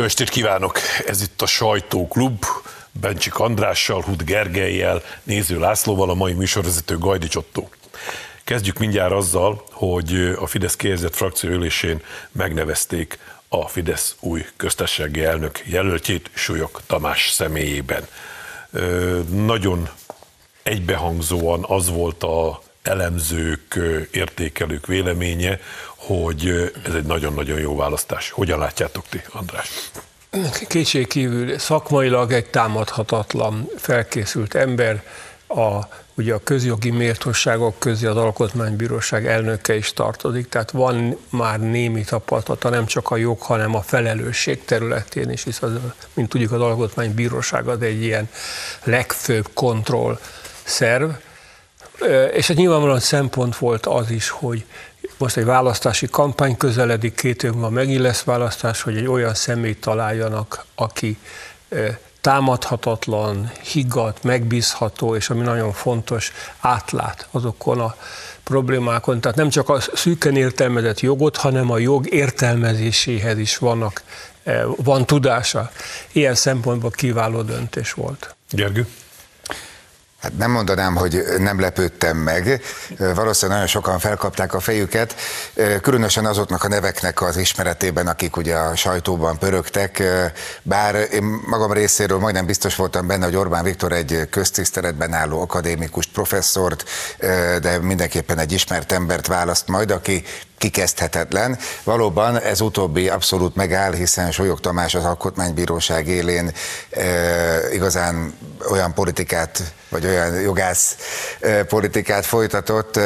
Jó estét kívánok! Ez itt a Sajtóklub, Bencsik Andrással, Hud Gergellyel, Néző Lászlóval, a mai műsorvezető Gajdics Ottó. Kezdjük mindjárt azzal, hogy a Fidesz kijelzett frakció ülésén megnevezték a Fidesz új köztársasági elnök jelöltjét, Súlyog Tamás személyében. Nagyon egybehangzóan az volt a elemzők, értékelők véleménye, hogy ez egy nagyon-nagyon jó választás. Hogyan látjátok ti, András? Kétségkívül szakmailag egy támadhatatlan, felkészült ember, ugye a közjogi méltóságok közé az Alkotmánybíróság elnöke is tartozik, tehát van már némi tapasztalata nem csak a jog, hanem a felelősség területén is, hisz mint tudjuk, az Alkotmánybíróság az egy ilyen legfőbb kontrollszerv, és egy nyilvánvalóan szempont volt az is, hogy most egy választási kampány közeledik, 2 év múlva megint lesz választás, hogy egy olyan személyt találjanak, aki támadhatatlan, higgadt, megbízható, és ami nagyon fontos, átlát azokon a problémákon. Tehát nem csak a szűken értelmezett jogot, hanem a jog értelmezéséhez is van tudása. Ilyen szempontból kiváló döntés volt. Gergő? Hát nem mondanám, hogy nem lepődtem meg. Valószínűleg nagyon sokan felkapták a fejüket, különösen azoknak a neveknek az ismeretében, akik ugye a sajtóban pörögtek, bár én magam részéről majdnem biztos voltam benne, hogy Orbán Viktor egy köztiszteletben álló akadémikust, professzort, de mindenképpen egy ismert embert választ majd, aki kikezdhetetlen. Valóban ez utóbbi abszolút megáll, hiszen Súlyog Tamás az Alkotmánybíróság élén igazán olyan politikát, vagy olyan jogász politikát folytatott,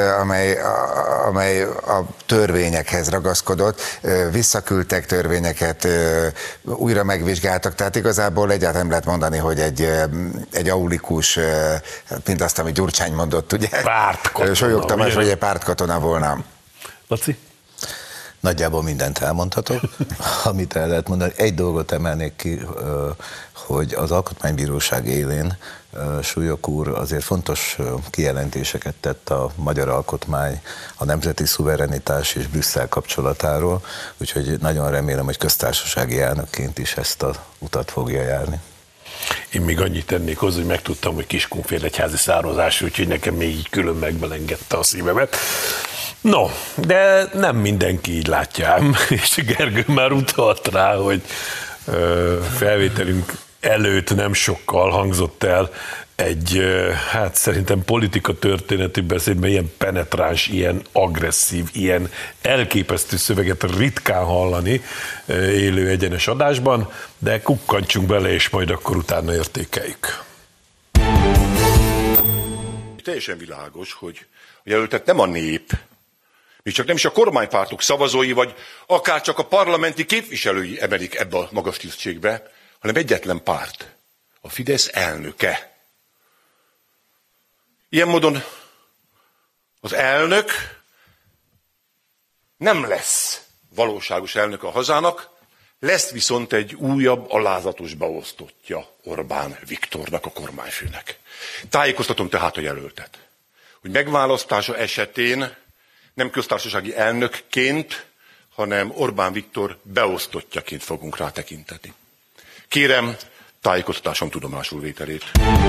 amely a törvényekhez ragaszkodott, visszaküldtek törvényeket, újra megvizsgáltak, tehát igazából egyáltalán nem lehet mondani, hogy egy aulikus, mint azt, amit Gyurcsány mondott, ugye? Pártkatona. Súlyog Tamás vagy egy pártkatona volna. Laci? Nagyjából mindent elmondhatok, amit el lehet mondani. Egy dolgot emelnék ki, hogy az Alkotmánybíróság élén Súlyog úr azért fontos kijelentéseket tett a magyar alkotmány, a nemzeti szuverenitás és Brüsszel kapcsolatáról, úgyhogy nagyon remélem, hogy köztársasági elnökként is ezt az utat fogja járni. Én még annyit tennék hozzá, hogy megtudtam, hogy Kiskunfélegyházi származású, úgyhogy nekem még így külön megbelengedte a szívemet. No, de nem mindenki így látja, és Gergő már utalt rá, hogy felvételünk előtt nem sokkal hangzott el egy, hát szerintem politika történeti beszédben ilyen penetráns, ilyen agresszív, ilyen elképesztő szöveget ritkán hallani élő egyenes adásban, de kukkantsunk bele, és majd akkor utána értékeljük. Teljesen világos, hogy a jelöltet nem a nép, még csak nem is a kormánypártok szavazói, vagy akár csak a parlamenti képviselői emelik ebbe a magas tisztségbe, hanem egyetlen párt, a Fidesz elnöke. Ilyen módon az elnök nem lesz valóságos elnök a hazának, lesz viszont egy újabb, alázatos beosztottja Orbán Viktornak, a kormányfőnek. Tájékoztatom tehát a jelöltet, hogy megválasztása esetén nem köztársasági elnökként, hanem Orbán Viktor beosztottjaként fogunk rá tekinteni. Kérem, tájékoztatásom tudomásul vételét.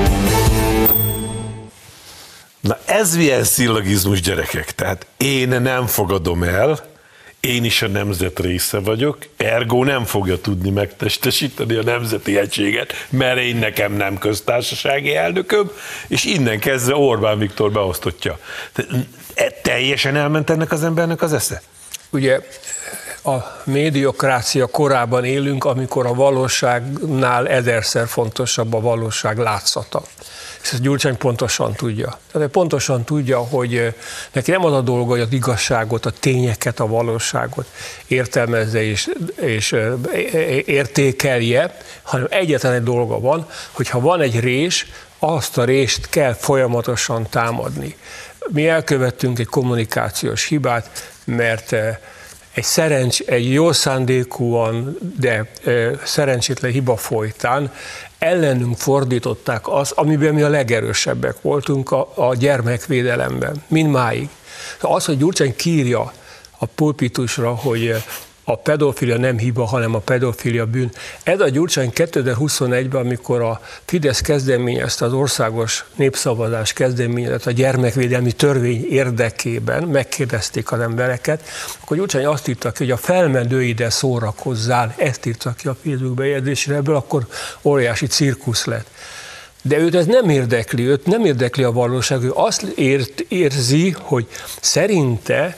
Na ez milyen szillagizmus, gyerekek, tehát én nem fogadom el, én is a nemzet része vagyok, ergo nem fogja tudni megtestesíteni a nemzeti egységet, mert én nekem nem köztársasági elnököm, és innen kezdve Orbán Viktor beosztottja. Teljesen elment ennek az embernek az esze? Ugye a médiokrácia korában élünk, amikor a valóságnál 1000-szer fontosabb a valóság látszata. És ezt Gyurcsány pontosan tudja. Tehát pontosan tudja, hogy neki nem az a dolga, hogy az igazságot, a tényeket, a valóságot értelmezze és értékelje, hanem egyetlen egy dolga van, hogyha van egy rés, azt a rést kell folyamatosan támadni. Mi elkövettünk egy kommunikációs hibát, mert egy jó szándékúan, de szerencsétlen hiba folytán ellenünk fordították azt, amiben mi a legerősebbek voltunk, a gyermekvédelemben, mindmáig. Az, hogy Gyurcsány kiírja a pulpitusra, hogy a pedofilia nem hiba, hanem a pedofilia bűn. Ez a Gyurcsány 2021-ben, amikor a Fidesz kezdeményezte az országos népszavazás kezdeményezett a gyermekvédelmi törvény érdekében, megkérdezték az embereket, akkor Gyurcsány azt írta ki, hogy a felmenő ide szórakozzál, ezt írta ki a Facebook bejegyzésre, ebből akkor óriási cirkusz lett. De őt nem érdekli a valóság, ő azt érzi, hogy szerinte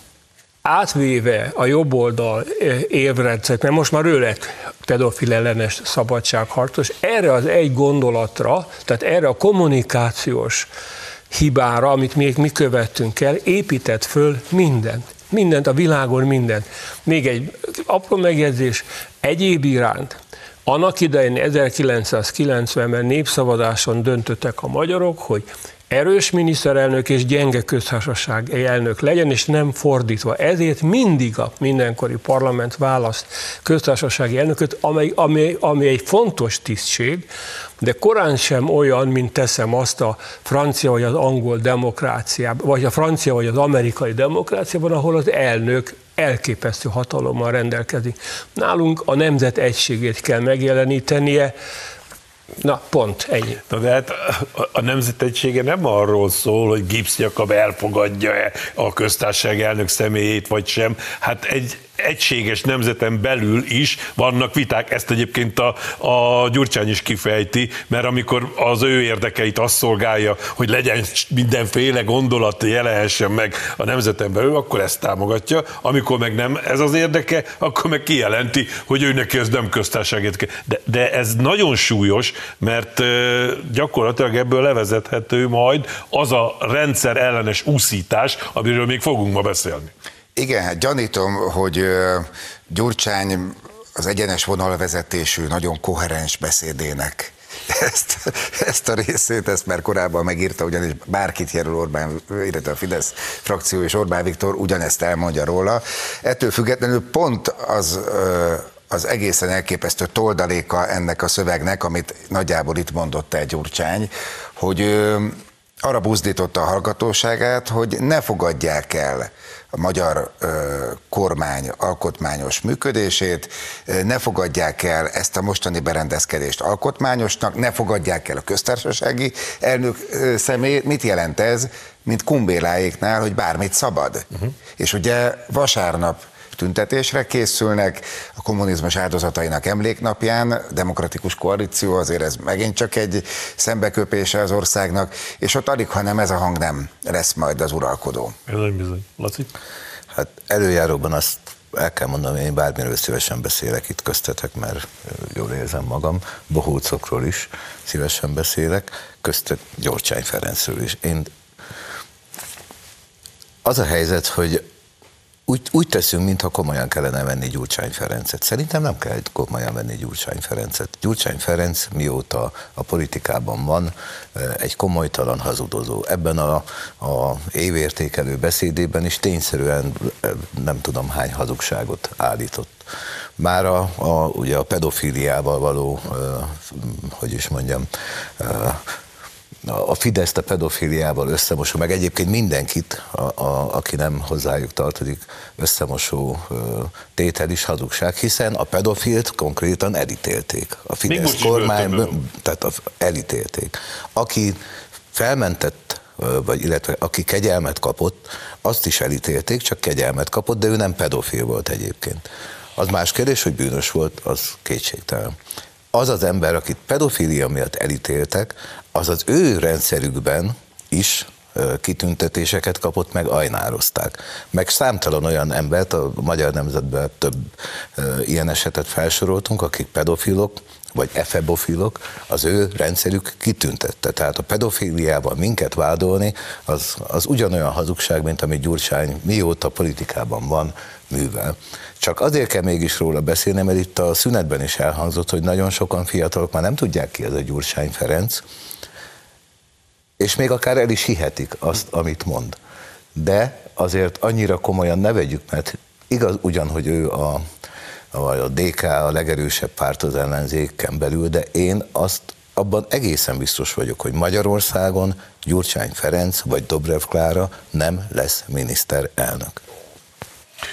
átvéve a jobb oldal évrendszert, mert most már ő lett pedofil ellenes szabadságharcos, erre az egy gondolatra, tehát erre a kommunikációs hibára, amit még mi követtünk el, épített föl mindent a világon, mindent. Még egy apró megjegyzés, egyéb iránt. Annak idején 1990-ben népszavazáson döntöttek a magyarok, hogy erős miniszterelnök és gyenge köztársasági elnök legyen, és nem fordítva. Ezért mindig a mindenkori parlament választ köztársasági elnököt, ami egy fontos tisztség, de korán sem olyan, mint teszem azt a francia vagy az angol demokráciában, vagy a francia vagy az amerikai demokráciában, ahol az elnök elképesztő hatalommal rendelkezik. Nálunk a nemzet egységét kell megjelenítenie. Na, pont, ennyi. Na de hát a nemzet egysége nem arról szól, hogy Gibbs Jakab elfogadja-e a köztársaság elnök személyét, vagy sem. Hát egy egységes nemzeten belül is vannak viták, ezt egyébként a Gyurcsány is kifejti, mert amikor az ő érdekeit azt szolgálja, hogy legyen mindenféle gondolat jelenhessen meg a nemzeten belül, akkor ezt támogatja, amikor meg nem ez az érdeke, akkor meg kijelenti, hogy ő neki ez nem köztársaság érdeke. De ez nagyon súlyos, mert gyakorlatilag ebből levezethető majd az a rendszer ellenes úszítás, amiről még fogunk ma beszélni. Igen, hát gyanítom, hogy Gyurcsány az egyenes vonalvezetésű, nagyon koherens beszédének ezt a részét, ezt már korábban megírta, ugyanis bárkit jelöl Orbán, illetve a Fidesz frakció és Orbán Viktor ugyanezt elmondja róla. Ettől függetlenül pont az egészen elképesztő toldaléka ennek a szövegnek, amit nagyjából itt mondott el Gyurcsány, hogy arra buzdította a hallgatóságát, hogy ne fogadják el a magyar kormány alkotmányos működését, ne fogadják el ezt a mostani berendezkedést alkotmányosnak, ne fogadják el a köztársasági elnök személyét. Mit jelent ez, mint Kumbéláéknál, hogy bármit szabad? És ugye vasárnap tüntetésre készülnek a kommunizmus áldozatainak emléknapján, demokratikus koalíció, azért ez megint csak egy szembeköpése az országnak, és ott alig, hanem ez a hang nem lesz majd az uralkodó. Bizony. Laci? Hát előjáróban azt el kell mondanom, én bármiről szívesen beszélek itt köztetek, mert jól érzem magam, bohócokról is szívesen beszélek, köztük Gyurcsány Ferencről is. Az a helyzet, hogy úgy teszünk, mintha komolyan kellene venni Gyurcsány Ferencet. Szerintem nem kell komolyan venni Gyurcsány Ferencet. Gyurcsány Ferenc mióta a politikában van, egy komolytalan hazudozó. Ebben a évértékelő beszédében is tényszerűen nem tudom hány hazugságot állított. Már ugye a pedofíliával való, hogy is mondjam, a Fideszt a pedofíliával összemosó, meg egyébként mindenkit, aki nem hozzájuk tartozik, összemosó tétel is hazugság, hiszen a pedofilt konkrétan elítélték. A Fidesz kormány, tehát elítélték. Aki felmentett, illetve aki kegyelmet kapott, azt is elítélték, csak kegyelmet kapott, de ő nem pedofil volt egyébként. Az más kérdés, hogy bűnös volt, az kétségtelen. Az az ember, akit pedofília miatt elítéltek, az az ő rendszerükben is kitüntetéseket kapott, meg ajnározták. Meg számtalan olyan embert, a magyar nemzetben több ilyen esetet felsoroltunk, akik pedofilok, vagy efebofilok, az ő rendszerük kitüntette. Tehát a pedofíliával minket vádolni, az ugyanolyan hazugság, mint amit Gyurcsány mióta politikában van, művel. Csak azért kell mégis róla beszélni, mert itt a szünetben is elhangzott, hogy nagyon sokan fiatalok már nem tudják ki ez a Gyurcsány Ferenc, és még akár el is hihetik azt, amit mond. De azért annyira komolyan ne vegyük, mert igaz ugyan, hogy ő a DK a legerősebb párt az ellenzéken belül, de én abban egészen biztos vagyok, hogy Magyarországon Gyurcsány Ferenc vagy Dobrev Klára nem lesz miniszterelnök.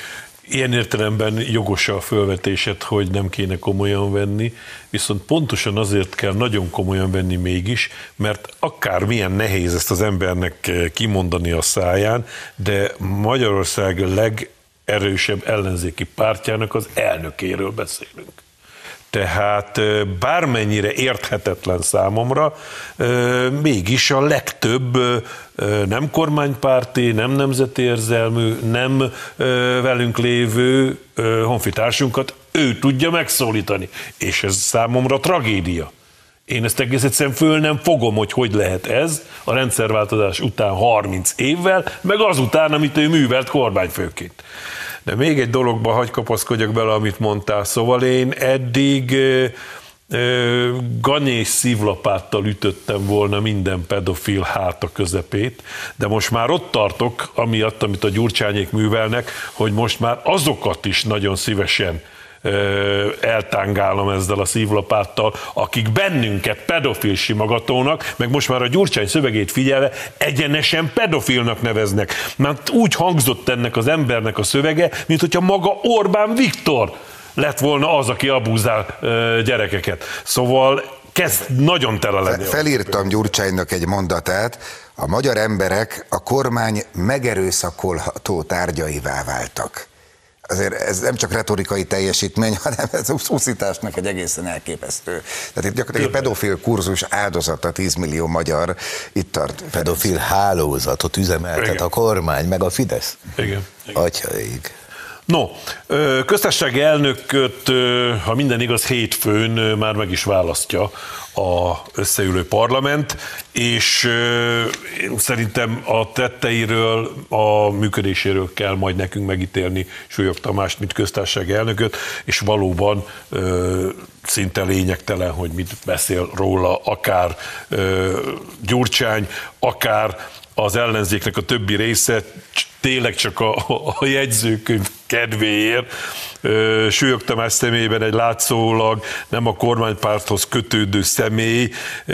Ilyen értelemben jogos a felvetésed, hogy nem kéne komolyan venni, viszont pontosan azért kell nagyon komolyan venni mégis, mert akármilyen nehéz ezt az embernek kimondani a száján, de Magyarország legerősebb ellenzéki pártjának az elnökéről beszélünk. Tehát bármennyire érthetetlen számomra, mégis a legtöbb nem kormánypárti, nem nemzeti érzelmű, nem velünk lévő honfitársunkat ő tudja megszólítani. És ez számomra tragédia. Én ezt egész egyszerűen föl nem fogom, hogy lehet ez a rendszerváltozás után 30 évvel, meg azután, amit ő művelt kormányfőként. De még egy dologba hagy kapaszkodjak bele, amit mondtál. Szóval én eddig ganyés szívlapáttal ütöttem volna minden pedofil háta közepét, de most már ott tartok, amiatt, amit a Gyurcsányék művelnek, hogy most már azokat is nagyon szívesen eltángálom ezzel a szívlapáttal, akik bennünket pedofil simogatónak, meg most már a Gyurcsány szövegét figyelve egyenesen pedofilnak neveznek. Mert úgy hangzott ennek az embernek a szövege, mint hogyha maga Orbán Viktor lett volna az, aki abúzál gyerekeket. Szóval kezd nagyon tele lenni. Felírtam Gyurcsánynak egy mondatát: a magyar emberek a kormány megerőszakolható tárgyaivá váltak. Azért ez nem csak retorikai teljesítmény, hanem ez a úszításnak egy egészen elképesztő. Tehát itt gyakorlatilag egy pedofil kurzus áldozata 10 millió magyar itt tart. Pedofil hálózatot üzemeltet igen. A kormány, meg a Fidesz. Igen. Atyaig. No, köztársasági elnököt, ha minden igaz, hétfőn már meg is választja a összeülő parlament, és szerintem a tetteiről, a működéséről kell majd nekünk megítélni Súlyog Tamást, mint köztársasági elnököt, és valóban szinte lényegtelen, hogy mit beszél róla akár Gyurcsány, akár az ellenzéknek a többi része, tényleg csak a jegyzőkönyv kedvéért. Súlyog Tamás személyében egy látszólag nem a kormánypárthoz kötődő személy,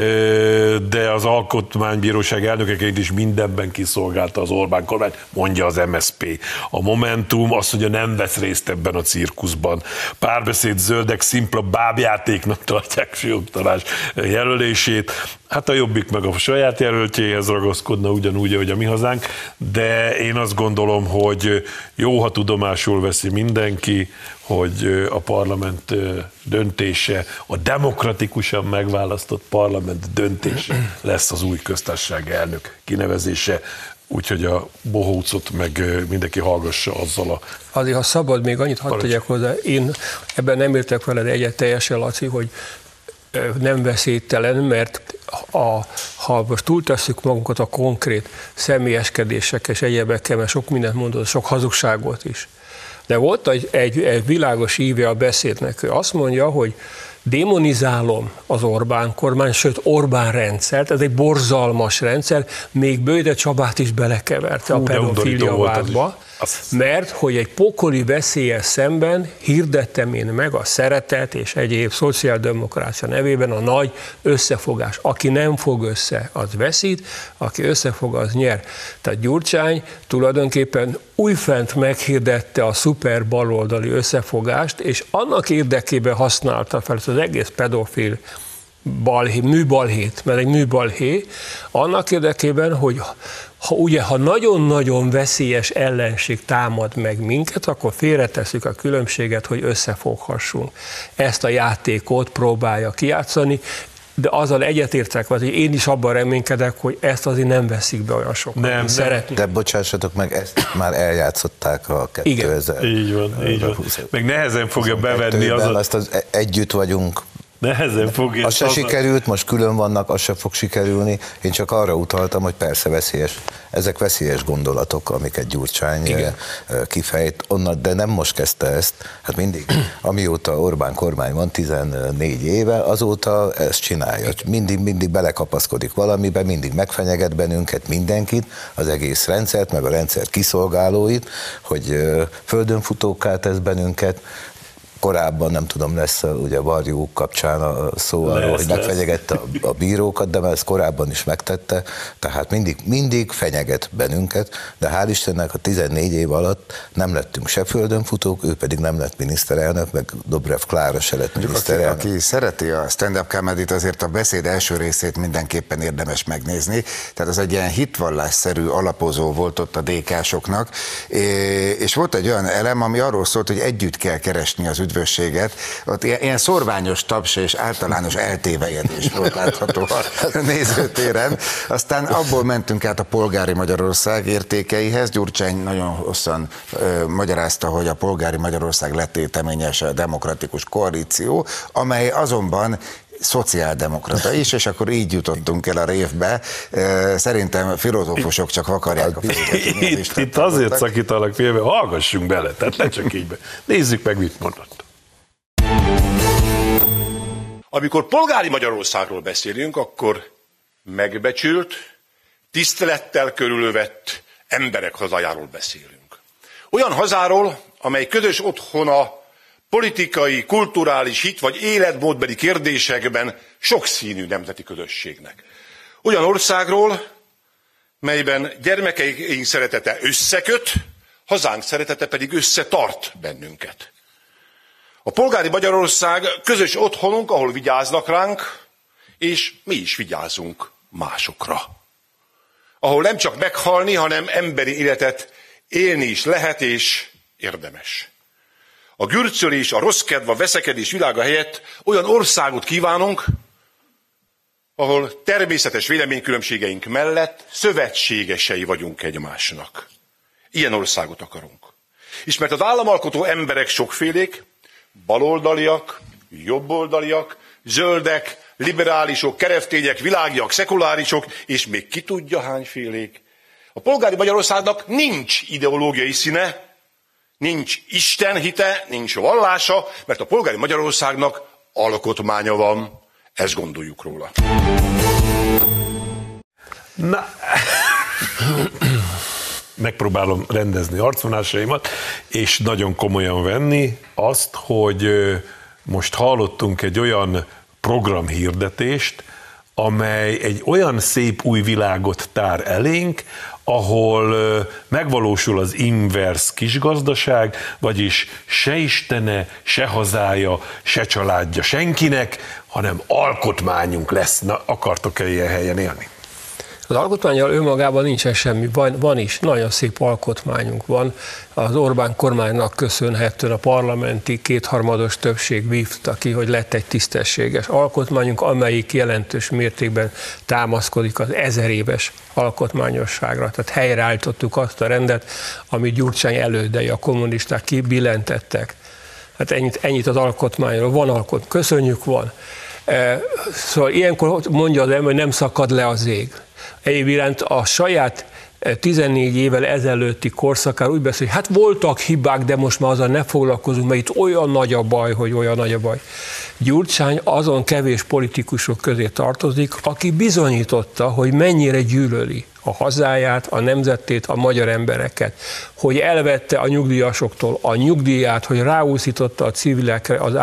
de az Alkotmánybíróság elnökeként is mindenben kiszolgálta az Orbán kormányt, mondja az MSZP. A Momentum azt mondja, nem vesz részt ebben a cirkuszban. Párbeszéd zöldek szimpla bábjátéknak tartják Súlyog Tamás jelölését. Hát a Jobbik meg a saját jelöltjéhez ragaszkodna ugyanúgy, ahogy a Mi Hazánk, de én azt gondolom, hogy jó, ha tudomásul veszi mindenki, hogy a parlament döntése, a demokratikusan megválasztott parlament döntése lesz az új köztársasági elnök kinevezése, úgyhogy a bohócot meg mindenki hallgassa azzal a... Azért, ha szabad, még annyit hadd tegyek hozzá, én ebben nem értek veled egyet teljesen, Laci, hogy nem veszélytelen, mert ha most túltesszük magunkat a konkrét személyeskedések és egyebekkel, mert sok mindent mondott, sok hazugságot is. De volt egy világos íve a beszédnek, ő azt mondja, hogy démonizálom az Orbán kormány, sőt Orbán rendszert, ez egy borzalmas rendszer, még Böjde Csabát is belekeverte a pedofília vádba, mert hogy egy pokoli veszéllyel szemben hirdettem én meg a szeretet és egyéb szociáldemokrácia nevében a nagy összefogás. Aki nem fog össze, az veszít, aki összefog, az nyer. Tehát Gyurcsány tulajdonképpen újfent meghirdette a szuper baloldali összefogást, és annak érdekében használta fel az egész pedofil műbalhét, mert egy műbalhé, annak érdekében, hogy ha nagyon-nagyon veszélyes ellenség támad meg minket, akkor félretesszük a különbséget, hogy összefoghassunk. Ezt a játékot próbálja kijátszani, de azzal egyetértek, hogy én is abban reménykedek, hogy ezt azért nem veszik be olyan sokan. Nem. De bocsássatok meg, ezt már eljátszották a 2000. Így van. Meg nehezen fogja bevenni azt az együtt vagyunk. Nehezen fogja. Az se sikerült, most külön vannak, az se fog sikerülni. Én csak arra utaltam, hogy persze veszélyes. Ezek veszélyes gondolatok, amiket Gyurcsány kifejt, de nem most kezdte ezt. Hát mindig, amióta Orbán kormány van, 14 éve, azóta ezt csinálja. Mindig belekapaszkodik valamibe, mindig megfenyeget bennünket, mindenkit, az egész rendszert, meg a rendszer kiszolgálóit, hogy földönfutókká tesz bennünket. korábban, nem tudom, lesz ugye Varjú kapcsán a szó arról, hogy megfenyegette a bírókat, de már ezt korábban is megtette, tehát mindig fenyeget bennünket, de hál' Istennek a 14 év alatt nem lettünk se földönfutók, ő pedig nem lett miniszterelnök, meg Dobrev Klára se lett miniszterelnök. Aki szereti a stand-up comedy-t, azért a beszéd első részét mindenképpen érdemes megnézni, tehát az egy ilyen hitvallásszerű alapozó volt ott a DK-soknak, és volt egy olyan elem, ami arról szólt, hogy együtt kell keresni az üdvösséget, ott ilyen szorványos taps és általános eltévejedés volt látható a nézőtéren, aztán abból mentünk át a polgári Magyarország értékeihez. Gyurcsány nagyon hosszan magyarázta, hogy a polgári Magyarország lettéteményes a demokratikus koalíció, amely azonban szociáldemokrata is, és akkor így jutottunk el a révbe. Szerintem filozófusok csak vakarják a fejüket. Itt azért szakítalak félbe, hallgassunk bele, tehát ne csak így be. Nézzük meg, mit mondott. Amikor polgári Magyarországról beszélünk, akkor megbecsült, tisztelettel körülvett emberek hazájáról beszélünk. Olyan hazáról, amely közös otthona politikai, kulturális, hit vagy életmódbeli kérdésekben sokszínű nemzeti közösségnek. Olyan országról, melyben gyermekeink szeretete összeköt, hazánk szeretete pedig összetart bennünket. A polgári Magyarország közös otthonunk, ahol vigyáznak ránk, és mi is vigyázunk másokra. Ahol nem csak meghalni, hanem emberi életet élni is lehet és érdemes. A gürcölés, a rosszkedv, a veszekedés világa helyett olyan országot kívánunk, ahol természetes véleménykülönbségeink mellett szövetségesei vagyunk egymásnak. Ilyen országot akarunk. És mert az államalkotó emberek sokfélék, baloldaliak, jobboldaliak, zöldek, liberálisok, keresztények, világiak, szekulárisok, és még ki tudja hányfélék. A polgári Magyarországnak nincs ideológiai színe, nincs Isten hite, nincs vallása, mert a polgári Magyarországnak alkotmánya van. Ezt gondoljuk róla. Na, megpróbálom rendezni arcvonásaimat, és nagyon komolyan venni azt, hogy most hallottunk egy olyan programhirdetést, amely egy olyan szép új világot tár elénk, ahol megvalósul az inverse kisgazdaság, vagyis se istene, se hazája, se családja senkinek, hanem alkotmányunk lesz. Na, akartok-e ilyen helyen élni? Az alkotmánnyal önmagában nincsen semmi, van is, nagyon szép alkotmányunk van. Az Orbán kormánynak köszönhetően a parlamenti kétharmados többség vívta ki, hogy lett egy tisztességes alkotmányunk, amelyik jelentős mértékben támaszkodik az 1000 éves alkotmányosságra. Tehát helyreállítottuk azt a rendet, amit Gyurcsány elődei, a kommunisták kibillentettek. Hát ennyit az alkotmányról. Van alkotmány, köszönjük, van. Szóval ilyenkor mondja az ember, hogy nem szakad le az ég. Egyéb iránt a saját 14 évvel ezelőtti korszakára úgy beszél, hogy hát voltak hibák, de most már azzal ne foglalkozunk, mert itt olyan nagy a baj, hogy olyan nagy a baj. Gyurcsány azon kevés politikusok közé tartozik, aki bizonyította, hogy mennyire gyűlöli a hazáját, a nemzetét, a magyar embereket, hogy elvette a nyugdíjasoktól a nyugdíját, hogy ráúszította a civilekre az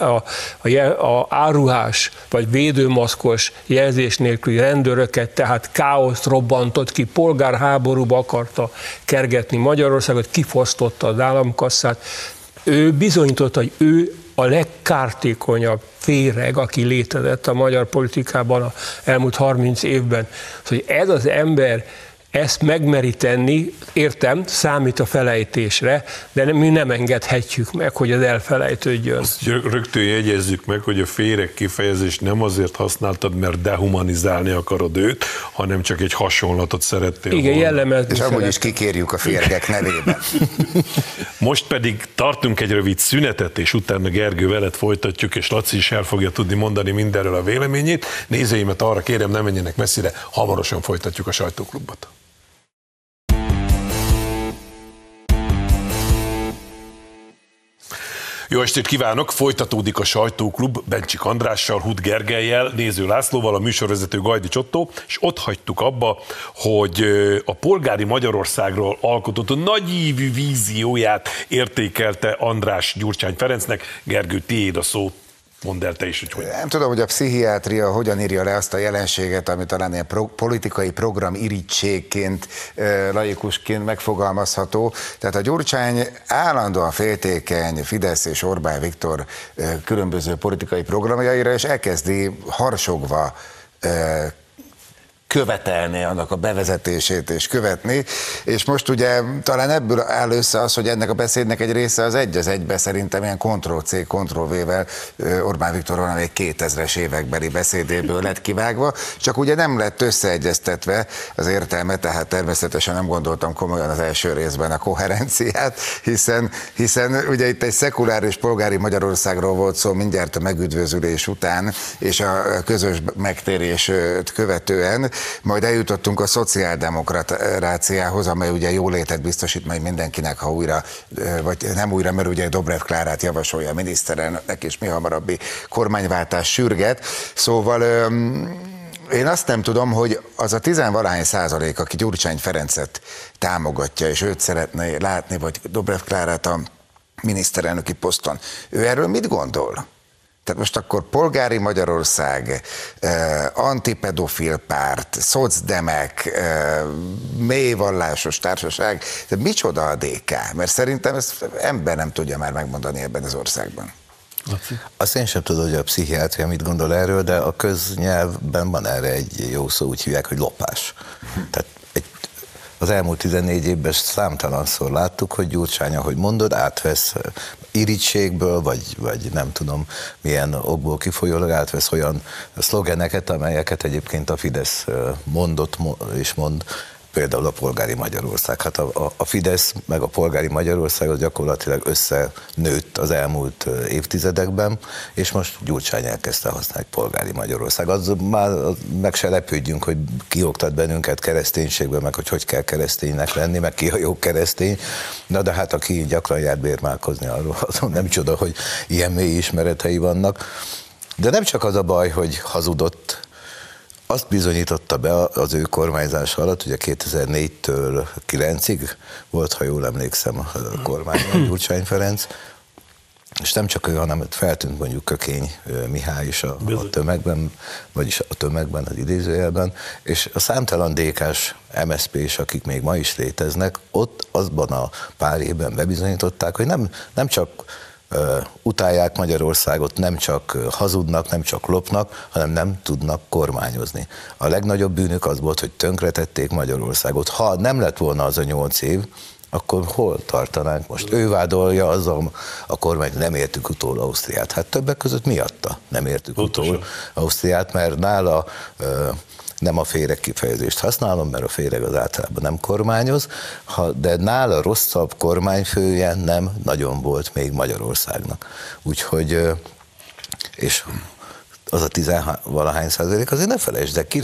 áruhás vagy védőmaszkos jelzés nélküli rendőröket, tehát káoszt robbantott ki, polgárháborúba akarta kergetni Magyarországot, kifosztotta az államkasszát. Ő bizonyította, hogy ő a legkártékonyabb féreg, aki létezett a magyar politikában az elmúlt 30 évben. Hogy ez az ember ezt megmeri tenni, értem, számít a felejtésre, de mi nem engedhetjük meg, hogy ez elfelejtődjön. Azt rögtön jegyezzük meg, hogy a féreg kifejezést nem azért használtad, mert dehumanizálni akarod őt, hanem csak egy hasonlatot szerettél Igen, jellemezni. És amúgy is kikérjük a féregek nevében. Most pedig tartunk egy rövid szünetet, és utána Gergő veled folytatjuk, és Laci is el fogja tudni mondani mindenről a véleményét. Nézőimet arra kérem, ne menjenek messzire, hamarosan folytatjuk a Sajtóklubot. Jó estét kívánok! Folytatódik a Sajtóklub Bencsik Andrással, Huth Gergellyel, Néző Lászlóval, a műsorvezető Gajdics Ottó, és ott hagytuk abba, hogy a polgári Magyarországról alkotott nagyívű vízióját értékelte András Gyurcsány Ferencnek. Gergő, tiéd a szó. Mondd el te is, hogy Nem tudom, hogy a pszichiátria hogyan írja le azt a jelenséget, ami talán ilyen politikai program irítségként, laikusként megfogalmazható. Tehát a Gyurcsány állandóan féltékeny Fidesz és Orbán Viktor különböző politikai programjaira, és elkezdi harsogva követelni annak a bevezetését és követni, és most ugye talán ebből áll össze az, hogy ennek a beszédnek egy része az egy az egybe szerintem ilyen Ctrl-C, Ctrl-V-vel Orbán Viktor valamelyik 2000-es évekbeli beszédéből lett kivágva, csak ugye nem lett összeegyeztetve az értelme, tehát természetesen nem gondoltam komolyan az első részben a koherenciát, hiszen ugye itt egy szekuláris polgári Magyarországról volt szó mindjárt a megüdvözülés után, és a közös megtérés követően, majd eljutottunk a szociáldemokráciához, amely ugye jólétet biztosít majd mindenkinek, ha újra, vagy nem újra, mert ugye Dobrev Klárát javasolja a miniszterelnöknek, és mi hamarabbi kormányváltás sürget. Szóval én azt nem tudom, hogy az a 10-valahány %, aki Gyurcsány Ferencet támogatja, és őt szeretné látni, vagy Dobrev Klárát a miniszterelnöki poszton, ő erről mit gondol? Tehát most akkor polgári Magyarország, antipedofil párt, szocdemek, mélyvallásos társaság, de micsoda a DK? Mert szerintem ezt ember nem tudja már megmondani ebben az országban. Azt én sem tudom, hogy a pszichiátria mit gondol erről, de a köznyelvben van erre egy jó szó, úgy hívják, hogy lopás. Tehát az elmúlt 14 évben számtalanszor láttuk, hogy Gyurcsány, ahogy mondod, átvesz irítségből, vagy nem tudom milyen okból kifolyólag átvesz olyan szlogeneket, amelyeket egyébként a Fidesz mondott és mond, például a polgári Magyarország. Hát a Fidesz meg a polgári Magyarország az gyakorlatilag összenőtt az elmúlt évtizedekben, és most Gyurcsány elkezdte használni polgári Magyarország. Az már meg se lepődjünk, hogy kioktat bennünket kereszténységben, meg hogy kell kereszténynek lenni, meg ki a jó keresztény. Na de hát aki gyakran jár bérmálkozni, arról nem csoda, hogy ilyen mély ismeretei vannak. De nem csak az a baj, hogy hazudott. Azt bizonyította be az ő kormányzása alatt, ugye 2004-től 9-ig volt, ha jól emlékszem, a kormányon Gyurcsány Ferenc, és nem csak ő, hanem feltűnt mondjuk Kökény Mihály is a tömegben, vagyis a tömegben, az idézőjelben, és a számtalan DK-s MSZP-s, akik még ma is léteznek, ott azban a pár évben bebizonyították, hogy nem csak utálják Magyarországot, nem csak hazudnak, nem csak lopnak, hanem nem tudnak kormányozni. A legnagyobb bűnük az volt, hogy tönkretették Magyarországot. Ha nem lett volna az a 8 év, akkor hol tartanánk most? Ő vádolja azzal a kormány, hogy nem értük utól Ausztriát. Hát többek között miatta nem értük utól Ausztriát, mert nála nem a féreg kifejezést használom, mert a féreg az általában nem kormányoz, de nála rosszabb kormányfője nem nagyon volt még Magyarországnak. Úgyhogy, és az a 10-valahány %, azért ne felejtsd, de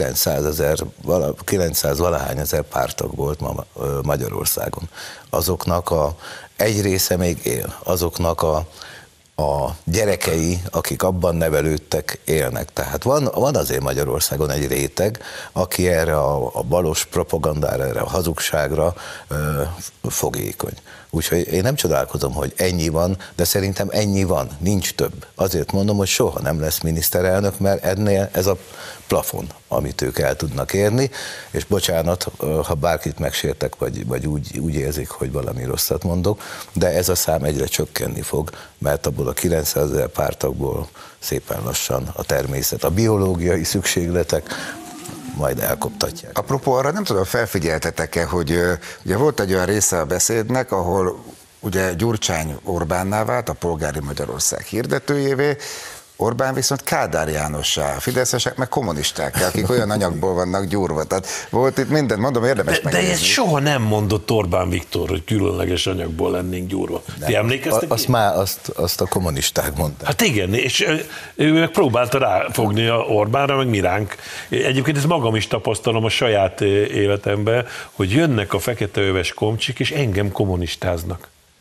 900 valahány ezer pártag volt ma Magyarországon. Azoknak egy része még él, azoknak a gyerekei, akik abban nevelődtek, élnek. Tehát van azért Magyarországon egy réteg, aki erre a balos propagandára, erre a hazugságra fogékony. Úgyhogy én nem csodálkozom, hogy ennyi van, de szerintem ennyi van, nincs több. Azért mondom, hogy soha nem lesz miniszterelnök, mert ennél ez a plafon, amit ők el tudnak érni, és bocsánat, ha bárkit megsértek, vagy úgy érzik, hogy valami rosszat mondok, de ez a szám egyre csökkenni fog, mert abból a 900 000 pártagból szépen lassan a természet, a biológiai szükségletek majd elkoptatják. Apropó, arra nem tudom, felfigyeltetek-e, hogy ugye volt egy olyan része a beszédnek, ahol ugye Gyurcsány Orbánná vált, a polgári Magyarország hirdetőjévé, Orbán viszont Kádár Jánossá, a fideszesek meg kommunisták, akik olyan anyagból vannak gyúrva. Tehát volt itt minden, mondom, érdemes megnézni. De ezt soha nem mondott Orbán Viktor, hogy különleges anyagból lennénk gyúrva. Ti emlékeztek? Azt a kommunisták mondták. Hát igen, és ő meg próbálta ráfogni a Orbánra, meg mi ránk. Egyébként ezt magam is tapasztalom a saját életemben, hogy jönnek a feketeöves komcsik, és engem kommunistáznak.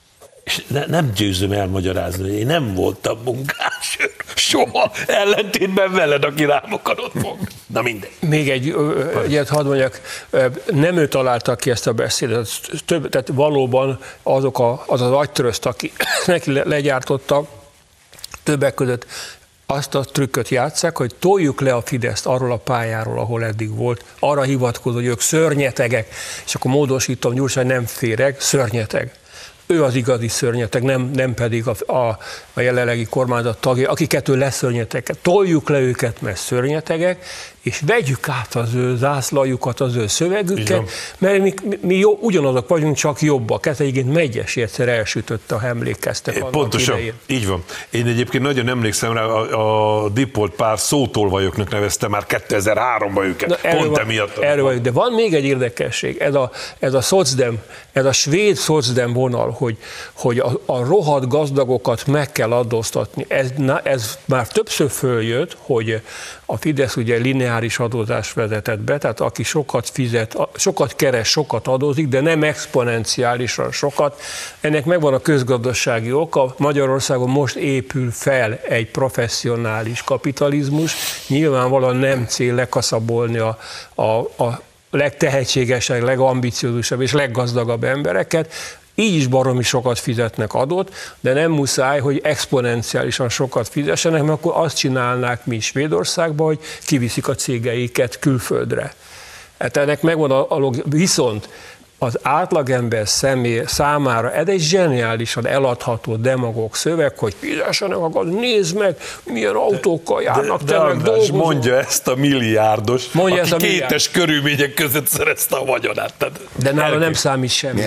És nem győzöm elmagyarázni, hogy én nem voltam munkásőr. Soha, ellentétben veled, aki rám akarod fogni. Na mindegy. Még egyet hadd mondjak, nem ő találta ki ezt a beszédet, tehát valóban az az agytörözt, aki neki legyártotta, többek között azt a trükköt játsszák, hogy toljuk le a Fideszt arról a pályáról, ahol eddig volt, arra hivatkozó, hogy ők szörnyetegek, és akkor módosítom, Gyurcsány nem féreg, szörnyeteg. Ő az igazi szörnyeteg, nem pedig a jelenlegi kormányzat tagja, akiket ő leszörnyetegek. Toljuk le őket, mert szörnyetegek, és vegyük át az ő zászlajukat, az ő szövegüket, mert mi ugyanazok vagyunk, csak jobbak. Ez egyébként Megyes egyszer elsütötte, ha emlékeztek. Pontosan, idején. Így van. Én egyébként nagyon emlékszem rá, a Dipolt pár szótolvajoknak nevezte már 2003-ban őket. Pont emiatt. Erről vagyok, de van még egy érdekesség, ez a szocdem, ez a svéd szocdem vonal, hogy a rohadt gazdagokat meg kell adóztatni. Ez már többször följött, hogy a Fidesz ugye lineáris adózást vezetett be, tehát aki sokat fizet, sokat keres, sokat adózik, de nem exponenciálisan sokat. Ennek megvan a közgazdasági oka. Magyarországon most épül fel egy professzionális kapitalizmus. Nyilvánvalóan nem cél lekaszabolni a legtehetségesebb, legambiciózusabb és leggazdagabb embereket. Így is baromi sokat fizetnek adót, de nem muszáj, hogy exponenciálisan sokat fizessenek, mert akkor azt csinálnák mi Svédországban, hogy kiviszik a cégeiket külföldre. Hát ennek megvan a viszont az átlagember számára ez egy zseniálisan eladható demagóg szöveg, hogy fizessenek, akkor nézd meg, milyen autókkal járnak, te meg dolgozol. Mondja ezt a milliárdos, aki kétes körülmények között szerezte a vagyonát. De nála nem számít semmi.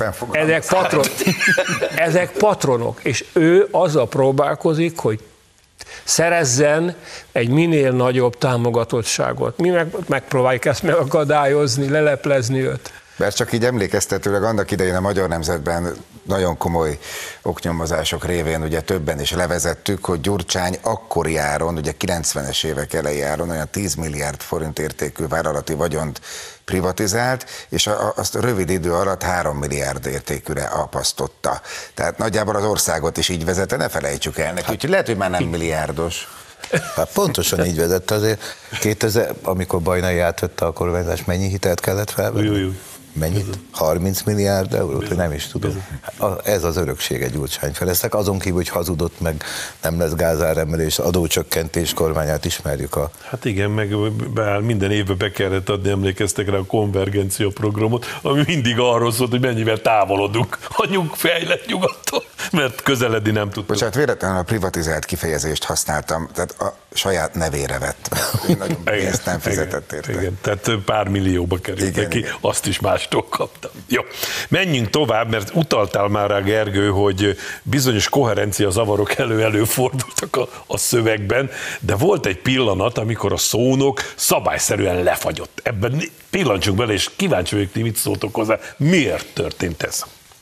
Ezek patronok, és ő azzal próbálkozik, hogy szerezzen egy minél nagyobb támogatottságot. Mi megpróbáljuk ezt megakadályozni, leleplezni őt. Mert csak így emlékeztetőleg annak idején a Magyar Nemzetben nagyon komoly oknyomozások révén ugye többen is levezettük, hogy Gyurcsány akkori áron, ugye 90-es évek elejé áron olyan 10 milliárd forint értékű vállalati vagyont privatizált, és azt rövid idő alatt 3 milliárd értékűre apasztotta. Tehát nagyjából az országot is így vezette, ne felejtsük el neki, úgyhogy lehet, hogy már nem milliárdos. Hát pontosan így vezette azért. 2000, amikor Bajnai átvette a kormányzást, mennyi hitelt kellett felvenni? Mennyit? 30 milliárd eurót? Nem is tudom. Ez az öröksége Gyurcsány felesznek. Azon kívül, hogy hazudott, meg nem lesz gázáremelés, adócsökkentés, kormányát ismerjük. Hát igen, meg minden évben be kellett adni, emlékeztek rá a konvergencia programot, ami mindig arról szólt, hogy mennyivel távolodunk a fejlett nyugattól, mert közeledni nem tudtunk. Bocsánat, véletlenül a privatizált kifejezést használtam, tehát a saját nevére vett. Én nagyon pénzt nem fizetett érte. Igen, tehát pár millióba került neki, azt is mástól kaptam. Jó, menjünk tovább, mert utaltál már rá, Gergő, hogy bizonyos koherencia zavarok előfordultak a szövegben, de volt egy pillanat, amikor a szónok szabályszerűen lefagyott. Ebben pillancsunk bele, és kíváncsi vagyok, ti mit szóltok hozzá. Miért történt ez?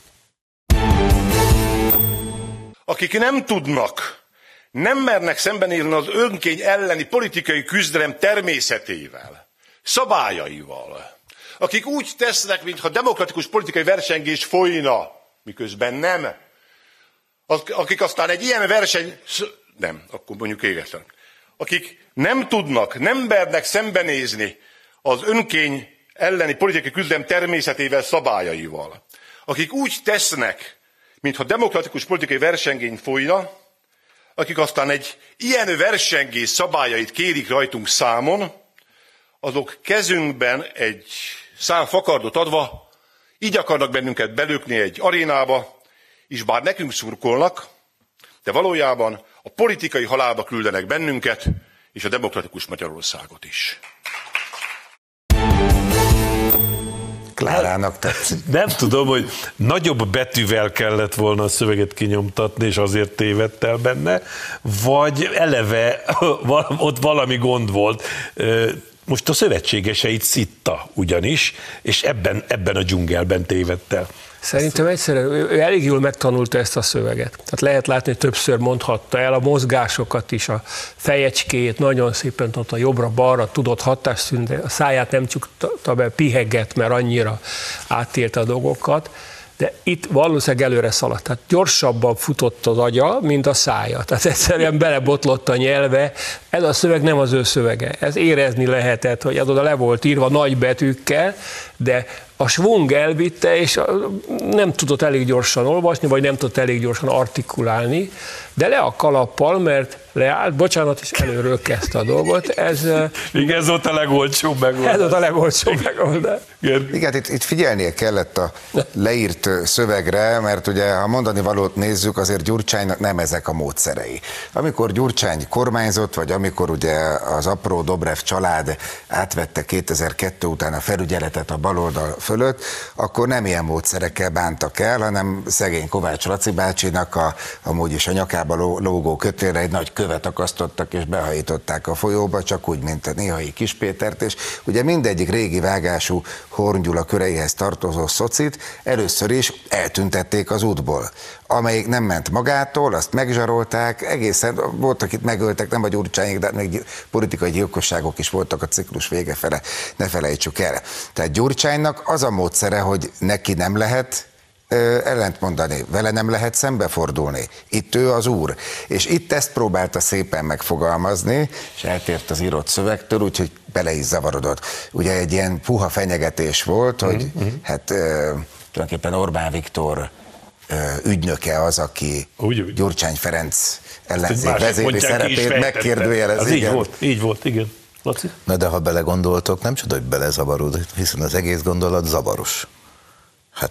Akik nem tudnak, nem mernek szembenézni az önkény elleni politikai küzdelem természetével, szabályaival, akik úgy tesznek, mintha demokratikus politikai versengés folyna, miközben nem, akik aztán egy ilyen verseny... Nem, akkor mondjuk égetlen. Akik nem tudnak, nem mernek szembenézni az önkény elleni politikai küzdelem természetével, szabályaival, akik úgy tesznek, mintha demokratikus politikai versengény folyna, akik aztán egy ilyen versengés szabályait kérik rajtunk számon, azok kezünkben egy szám fakardot adva így akarnak bennünket belökni egy arénába, és bár nekünk szurkolnak, de valójában a politikai halálba küldenek bennünket, és a demokratikus Magyarországot is. Klárának tetszik. Nem tudom, hogy nagyobb betűvel kellett volna a szöveget kinyomtatni, és azért tévedt el benne, vagy eleve ott valami gond volt. Most a szövetségeseit szitta ugyanis, és ebben a dzsungelben tévedt el. Szerintem egyszerűen ő elég jól megtanulta ezt a szöveget. Tehát lehet látni, hogy többször mondhatta el a mozgásokat is, a fejecskét nagyon szépen tudta jobbra-balra, tudott hatásszűnni, a száját nem csukta be, pihegett, mert annyira átélte a dolgokat. De itt valószínűleg előre szaladt, tehát gyorsabban futott az agya, mint a szája. Tehát egyszerűen belebotlott a nyelve. Ez a szöveg nem az ő szövege. Ez érezni lehetett, hogy az oda le volt írva nagy betűkkel, de a svung elvitte, és nem tudott elég gyorsan olvasni, vagy nem tudott elég gyorsan artikulálni, de le a kalappal, mert leállt, bocsánat, és előről kezdte a dolgot. Igen, ez volt a legolcsóbb megoldás. Ez volt a legolcsóbb megoldás. Igen, itt figyelnie kellett a leírt szövegre, mert ugye, ha mondani valót nézzük, azért Gyurcsánynak nem ezek a módszerei. Amikor Gyurcsány kormányzott, vagy amikor ugye az apró Dobrev család átvette 2002 után a felügyeletet a baloldal fölött, akkor nem ilyen módszerekkel bántak el, hanem szegény Kovács Laci bácsinak amúgy is a nyakába lógó kötélre egy nagy követ akasztottak és behajították a folyóba, csak úgy, mint a néhai Kis Pétert, és ugye mindegyik régi vágású Horn Gyula köreihez tartozó szocit először is eltüntették az útból. Amelyik nem ment magától, azt megzsarolták, egészen voltak itt megöltek, nem a Gyurcsányék, de még politikai gyilkosságok is voltak a ciklus vége fele, ne felejtsük el. Tehát Gyurcsánynak az a módszere, hogy neki nem lehet ellentmondani, vele nem lehet szembefordulni. Itt ő az úr. És itt ezt próbálta szépen megfogalmazni, és eltért az írott szövegtől, úgyhogy bele is zavarodott. Ugye egy ilyen puha fenyegetés volt, hogy hát tulajdonképpen Orbán Viktor ügynöke az, aki Gyurcsány Ferenc ellenzék vezéri szerepét megkérdőjelezi. Így volt, igen. Laci? Na de ha belegondoltok, nem csoda, hogy belezavarodott, hiszen az egész gondolat zavaros. Hát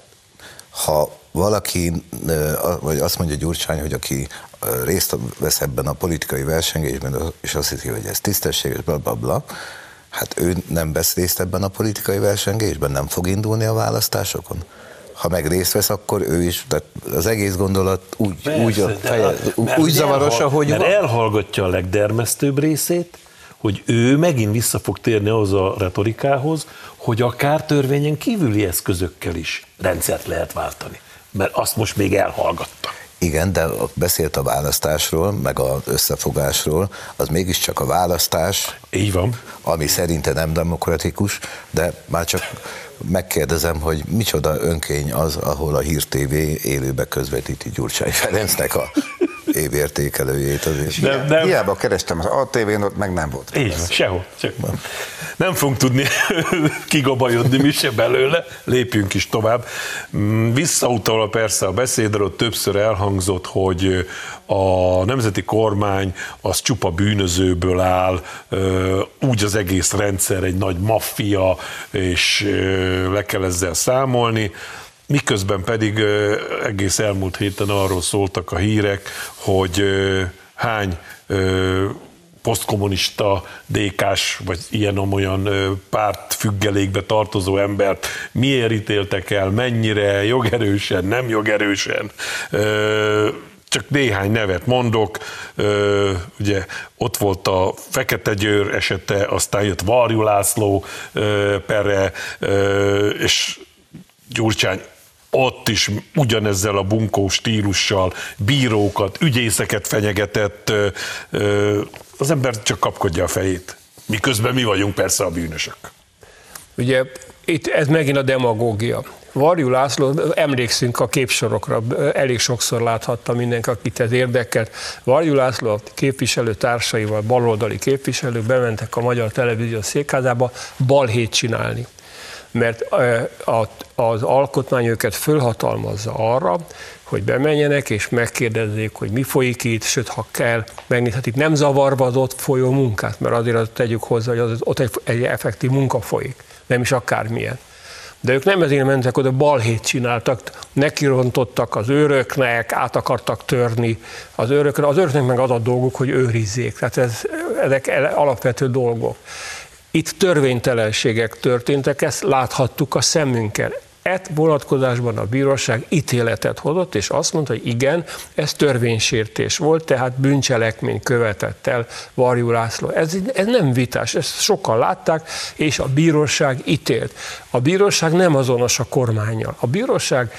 ha valaki, vagy azt mondja Gyurcsány, hogy aki részt vesz ebben a politikai versengésben, és azt hiszi, hogy ez tisztességes, blablabla, hát ő nem vesz részt ebben a politikai versengésben, nem fog indulni a választásokon. Ha meg részt vesz, akkor ő is, tehát az egész gondolat úgy zavaros, ahogy van. Mert elhallgatja a legdermesztőbb részét, hogy ő megint vissza fog térni ahhoz a retorikához, hogy akár törvényen kívüli eszközökkel is rendszert lehet váltani. Mert azt most még elhallgatta. Igen, de beszélt a választásról, meg az összefogásról, az mégiscsak a választás. Így van. Ami szerinte nem demokratikus, de már csak megkérdezem, hogy micsoda önkény az, ahol a Hír TV élőbe közvetíti Gyurcsány Ferencnek a évértékelőjét. Nem. Hiába kerestem az ATV-n, ott meg nem volt. Így van, sehol. Nem fogunk tudni kigabajodni mi se belőle, lépjünk is tovább. Visszautalva persze a beszédről, többször elhangzott, hogy a nemzeti kormány az csupa bűnözőből áll, úgy az egész rendszer egy nagy maffia, és le kell ezzel számolni. Miközben pedig egész elmúlt héten arról szóltak a hírek, hogy hány posztkommunista, DK-s, vagy ilyen-olyan pártfüggelékbe tartozó embert miért ítéltek el, mennyire, jogerősen, nem jogerősen. Csak néhány nevet mondok, ugye ott volt a Fekete Győr esete, aztán jött Varjú László perre, és Gyurcsány ott is ugyanezzel a bunkó stílussal bírókat, ügyészeket fenyegetett, az ember csak kapkodja a fejét. Miközben mi vagyunk persze a bűnösök. Ugye itt ez megint a demagógia. Varjú László, emlékszünk a képsorokra, elég sokszor láthatta mindenki, akit ez érdekelt. Varjú László a képviselő társaival, baloldali képviselők bementek a Magyar Televízió székházába balhét csinálni. Mert az alkotmány őket fölhatalmazza arra, hogy bemenjenek és megkérdezzék, hogy mi folyik itt, sőt, ha kell, megnézhetik nem zavarba az ott folyó munkát, mert azért azt tegyük hozzá, hogy ott egy effektív munka folyik, nem is akármilyen. De ők nem ezért mentek oda, balhét csináltak, nekirontottak az őröknek, át akartak törni az őrökre. Az őröknek meg az a dolguk, hogy őrizzék. Tehát ezek alapvető dolgok. Itt törvénytelenségek történtek, ezt láthattuk a szemünkkel. Vonatkozásban a bíróság ítéletet hozott, és azt mondta, hogy igen, ez törvénysértés volt, tehát bűncselekményt követett el Varjú László. Ez nem vitás, ezt sokan látták, és a bíróság ítélt. A bíróság nem azonos a kormánnyal. A bíróság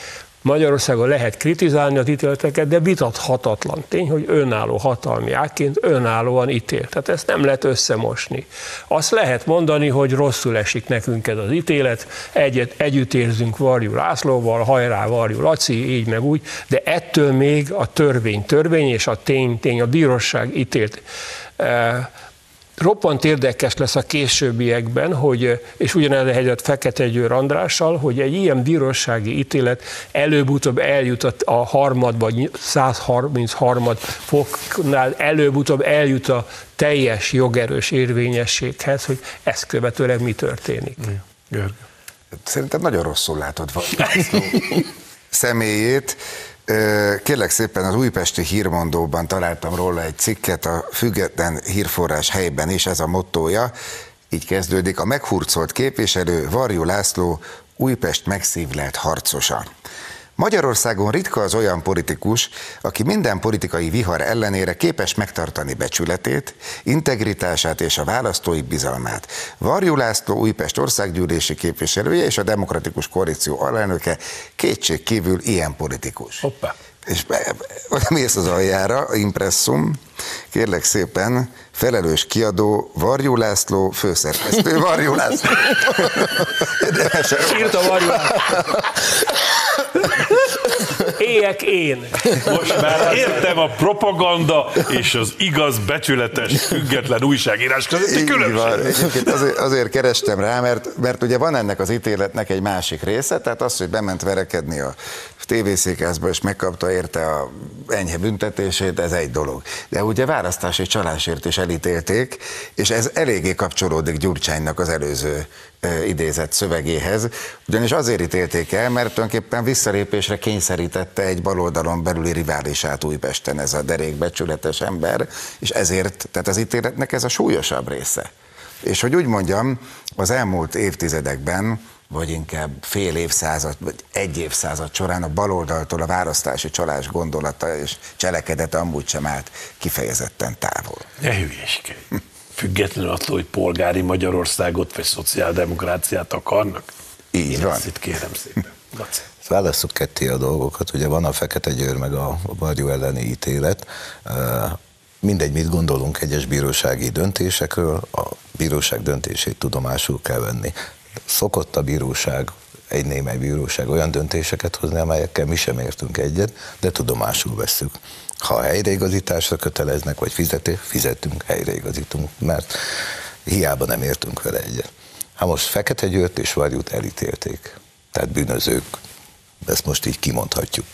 Magyarországon lehet kritizálni az ítéleteket, de vitathatatlan tény, hogy önálló hatalmi ágként önállóan ítélt. Tehát ezt nem lehet összemosni. Azt lehet mondani, hogy rosszul esik nekünk ez az ítélet, együtt érzünk Varjú Lászlóval, hajrá Varjú Laci, így meg úgy, de ettől még a törvény, és a tény, a bíróság ítélt. Roppant érdekes lesz a későbbiekben, és ugyanez a helyzet Fekete Győr Andrással, hogy egy ilyen bírósági ítélet előbb-utóbb eljut a harmad vagy 133. foknál, előbb-utóbb eljut a teljes jogerős érvényességhez, hogy ezt követőleg mi történik. Szerintem nagyon rosszul látod személyét. Kérlek szépen, az Újpesti Hírmondóban találtam róla egy cikket, a független hírforrás helyben is, ez a mottója, így kezdődik: a meghurcolt képviselő Varjú László Újpest megszívlelt harcosa. Magyarországon ritka az olyan politikus, aki minden politikai vihar ellenére képes megtartani becsületét, integritását és a választói bizalmát. Varjú László Újpest országgyűlési képviselője és a Demokratikus Koalíció alelnöke kétségkívül ilyen politikus. Hoppá. És oda mész az aljára, impresszum, kérlek szépen, felelős kiadó Varjú László, főszerkesztő Varjú László. Írta Varjú László. Éjek én. Most már értem a propaganda és az igaz, becsületes, független újságírás közötti különbség. Azért kerestem rá, mert ugye van ennek az ítéletnek egy másik része, tehát az, hogy bement verekedni a tévészékházba és megkapta érte a enyhe büntetését, ez egy dolog. De ugye választási csalásért is elítélték, és ez eléggé kapcsolódik Gyurcsánynak az előző idézett szövegéhez, ugyanis azért ítélték el, mert tulajdonképpen visszalépésre kényszerítette egy baloldalon belüli riválisát Újpesten ez a derékbecsületes ember, és ezért, tehát az ítéletnek ez a súlyosabb része. És hogy úgy mondjam, az elmúlt évtizedekben, vagy inkább fél évszázad, vagy egy évszázad során a baloldaltól a választási csalás gondolata és cselekedete amúgy sem állt kifejezetten távol. Ne hülyéskedj. Függetlenül attól, hogy polgári Magyarországot vagy szociáldemokráciát akarnak? Így van. Ezt itt kérem szépen. Válasszuk ketté a dolgokat, ugye van a Fekete Győr meg a Varjú elleni ítélet, mindegy, mit gondolunk egyes bírósági döntésekről, a bíróság döntését tudomásul kell venni. Szokott a bíróság, egy némely bíróság olyan döntéseket hozni, amelyekkel mi sem értünk egyet, de tudomásul vesszük. Ha helyreigazításra köteleznek, vagy fizetünk, helyreigazítunk, mert hiába nem értünk vele egyet. Hát most Fekete Győrt és Varjút elítélték, tehát bűnözők, ezt most így kimondhatjuk.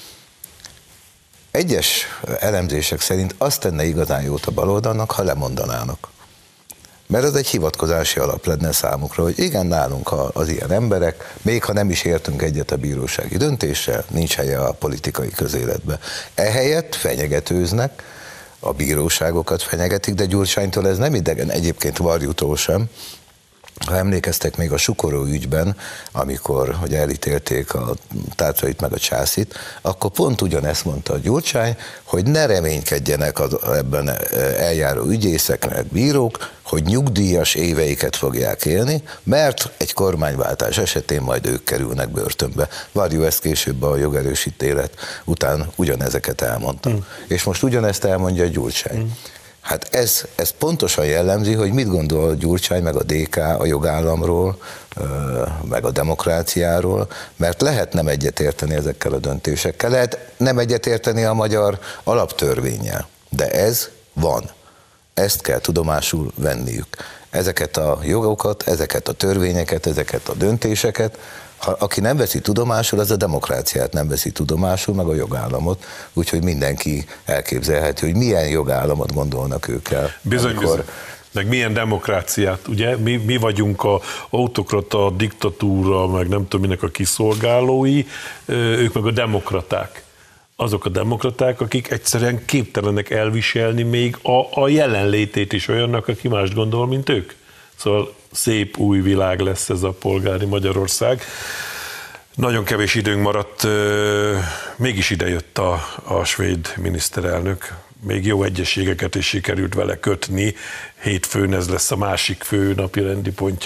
Egyes elemzések szerint azt tenne igazán jót a baloldalnak, ha lemondanának. Mert ez egy hivatkozási alap lenne számukra, hogy igen, nálunk az ilyen emberek, még ha nem is értünk egyet a bírósági döntéssel, nincs helye a politikai közéletbe. Ehelyett fenyegetőznek, a bíróságokat fenyegetik, de Gyurcsánytól ez nem idegen, egyébként Varjútól sem. Ha emlékeztek még a Sukoró ügyben, amikor hogy elítélték a Tátrait meg a Császit, akkor pont ugyanezt mondta a Gyurcsány, hogy ne reménykedjenek ebben eljáró ügyészek, meg bírók, hogy nyugdíjas éveiket fogják élni, mert egy kormányváltás esetén majd ők kerülnek börtönbe. Varjú ezt később a jogerős ítélet után ugyanezeket elmondta. És most ugyanezt elmondja a Gyurcsány. Hát ez pontosan jellemzi, hogy mit gondol a Gyurcsány, meg a DK a jogállamról, meg a demokráciáról, mert lehet nem egyetérteni ezekkel a döntésekkel, lehet nem egyetérteni a magyar alaptörvénnyel, de ez van. Ezt kell tudomásul venniük. Ezeket a jogokat, ezeket a törvényeket, ezeket a döntéseket, aki nem veszi tudomásul, az a demokráciát nem veszi tudomásul, meg a jogállamot, úgyhogy mindenki elképzelheti, hogy milyen jogállamot gondolnak ők el. Bizony. Meg milyen demokráciát, ugye? Mi vagyunk a autokrata, diktatúra, meg nem tudom minek a kiszolgálói, ők meg a demokraták. Azok a demokraták, akik egyszerűen képtelenek elviselni még a jelenlétét is olyannak, aki mást gondol, mint ők. Szóval szép új világ lesz ez a polgári Magyarország. Nagyon kevés időnk maradt, mégis idejött a svéd miniszterelnök. Még jó egyességeket is sikerült vele kötni. Hétfőn ez lesz a másik fő napirendi pontja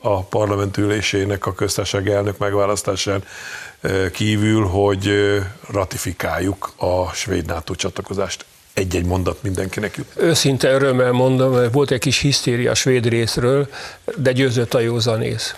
a parlament ülésének a köztársasági elnök megválasztásán kívül, hogy ratifikáljuk a svéd NATO csatlakozást. Egy-egy mondat mindenkinek jut. Őszinte örömmel mondom, hogy volt egy kis hisztéria a svéd részről, de győzött a józanész.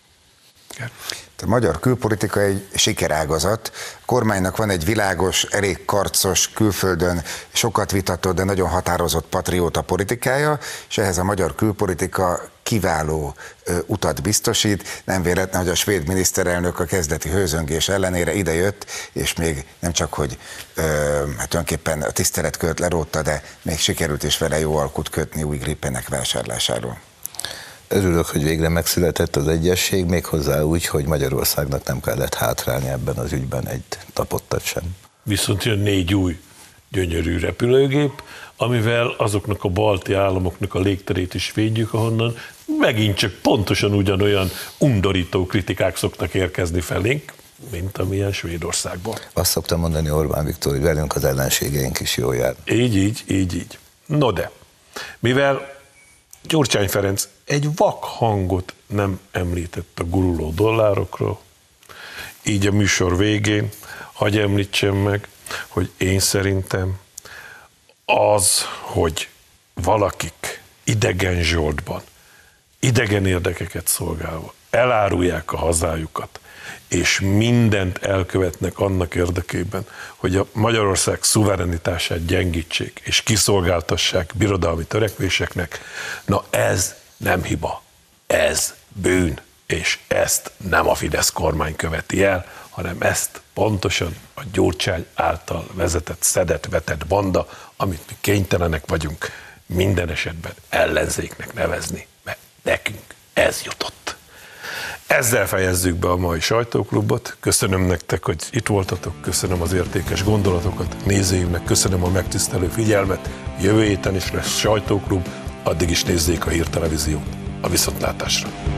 A magyar külpolitika egy sikerágazat. A kormánynak van egy világos, elég karcos, külföldön sokat vitatott, de nagyon határozott patrióta politikája, és ehhez a magyar külpolitika kiváló utat biztosít. Nem véletlen, hogy a svéd miniszterelnök a kezdeti hőzöngés ellenére idejött, és még nem csak, hogy hát tulajdonképpen a tiszteletkört lerótta, de még sikerült is vele jó alkut kötni új Gripenek vásárlásáról. Örülök, hogy végre megszületett az egyesség, méghozzá úgy, hogy Magyarországnak nem kellett hátrálni ebben az ügyben egy tapottat sem. Viszont jön 4 új gyönyörű repülőgép, amivel azoknak a balti államoknak a légterét is védjük, ahonnan megint csak pontosan ugyanolyan undorító kritikák szoktak érkezni felénk, mint amilyen Svédországban. Azt szoktam mondani Orbán Viktor, hogy velünk az ellenségeink is jól jár. Így. No de, mivel Gyurcsány Ferenc egy vak hangot nem említett a guruló dollárokról, így a műsor végén hadd említsem meg, hogy én szerintem az, hogy valakik idegen zsoldban, idegen érdekeket szolgálva elárulják a hazájukat, és mindent elkövetnek annak érdekében, hogy a Magyarország szuverenitását gyengítsék, és kiszolgáltassák birodalmi törekvéseknek, na ez nem hiba, ez bűn, és ezt nem a Fidesz kormány követi el, hanem ezt pontosan a Gyurcsány által vezetett, szedett-vetett banda, amit mi kénytelenek vagyunk minden esetben ellenzéknek nevezni, mert nekünk ez jutott. Ezzel fejezzük be a mai sajtóklubot. Köszönöm nektek, hogy itt voltatok, köszönöm az értékes gondolatokat, nézőimnek köszönöm a megtisztelő figyelmet. Jövő héten is lesz sajtóklub, addig is nézzék a Hírtelevíziót. A viszontlátásra!